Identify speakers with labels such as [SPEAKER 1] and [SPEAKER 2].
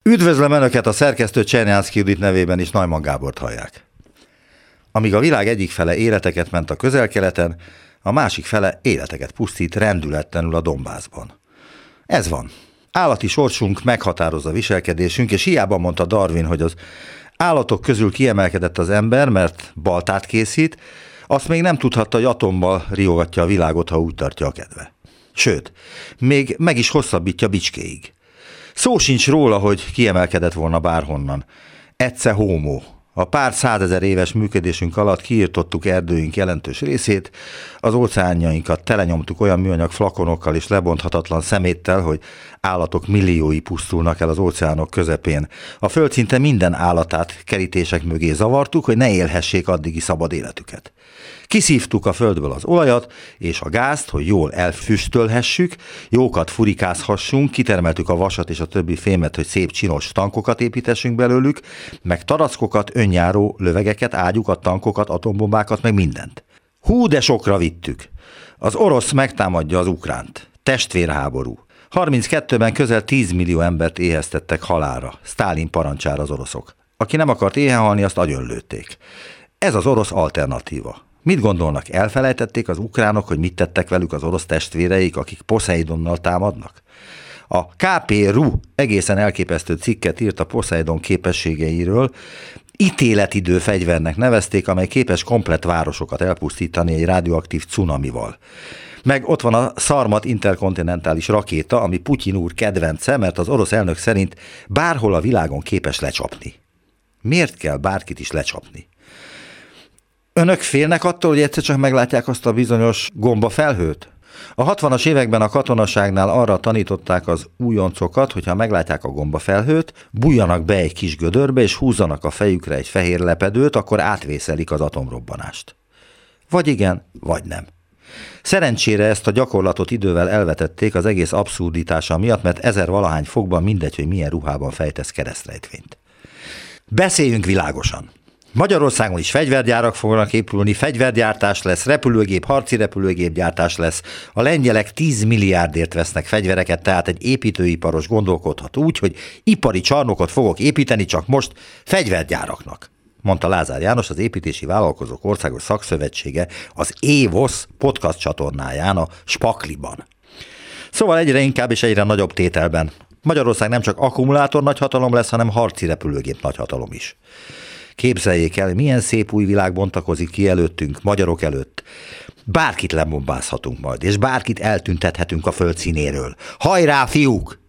[SPEAKER 1] Üdvözlöm Önöket, a szerkesztő Csernyánszky Judit nevében is Neumann Gábort hallják. Amíg a világ egyik fele életeket ment a Közel-Keleten, a másik fele életeket pusztít rendületlenül a Donbassban. Ez van. Állati sorsunk meghatározza viselkedésünk, és hiába mondta Darwin, hogy az állatok közül kiemelkedett az ember, mert baltát készít, azt még nem tudhatta, hogy atombal riogatja a világot, ha úgy tartja a kedve. Sőt, még meg is hosszabbítja bicskéig. Szó sincs róla, hogy kiemelkedett volna bárhonnan. Ecce homo. A pár százezer éves működésünk alatt kiirtottuk erdőink jelentős részét, az óceánjainkat telenyomtuk olyan műanyag flakonokkal és lebonthatatlan szeméttel, hogy állatok milliói pusztulnak el az óceánok közepén. A föld szinte minden állatát kerítések mögé zavartuk, hogy ne élhessék addigi szabad életüket. Kiszívtuk a földből az olajat és a gázt, hogy jól elfüstölhessük, jókat furikázhassunk, kitermeltük a vasat és a többi fémet, hogy szép csinos tankokat építessünk belőlük, meg tarackokat, önjáró lövegeket, ágyukat, tankokat, atombombákat, meg mindent. Hú, de sokra vittük. Az orosz megtámadja az ukránt. Testvérháború. 32-ben közel 10 millió embert éheztettek halálra, Sztálin parancsára az oroszok. Aki nem akart éhen halni, azt agyonlőtték. Ez az orosz alternatíva. Mit gondolnak, elfelejtették az ukránok, hogy mit tettek velük az orosz testvéreik, akik Poszeidonnal támadnak? A KP.ru egészen elképesztő cikket írt a Poszeidon képességeiről, ítéletidő fegyvernek nevezték, amely képes komplett városokat elpusztítani egy radioaktív cunamival. Meg ott van a Szarmat interkontinentális rakéta, ami Putyin úr kedvence, mert az orosz elnök szerint bárhol a világon képes lecsapni. Miért kell bárkit is lecsapni? Önök félnek attól, hogy egyszer csak meglátják azt a bizonyos gombafelhőt? A 60-as években a katonaságnál arra tanították az újoncokat, hogyha meglátják a gombafelhőt, bújjanak be egy kis gödörbe, és húzzanak a fejükre egy fehér lepedőt, akkor átvészelik az atomrobbanást. Vagy igen, vagy nem. Szerencsére ezt a gyakorlatot idővel elvetették az egész abszurditása miatt, mert 1000-valahány fokban mindegy, hogy milyen ruhában fejtesz keresztrejtvényt. Beszéljünk világosan. Magyarországon is fegyvergyárak fognak épülni, fegyvergyártás lesz, repülőgép, harci repülőgép gyártás lesz. A lengyelek 10 milliárdért vesznek fegyvereket, tehát egy építőiparos gondolkodhat úgy, hogy ipari csarnokot fogok építeni, csak most fegyvergyáraknak, mondta Lázár János, az Építési Vállalkozók Országos Szakszövetsége az ÉVOSZ podcast csatornáján, a Spakliban. Szóval egyre inkább és egyre nagyobb tételben. Magyarország nem csak akkumulátor nagyhatalom lesz, hanem harci repülőgép nagyhatalom is. Képzeljék el, milyen szép új világ bontakozik ki előttünk, magyarok előtt. Bárkit lebombázhatunk majd, és bárkit eltüntethetünk a föld színéről. Hajrá, fiúk!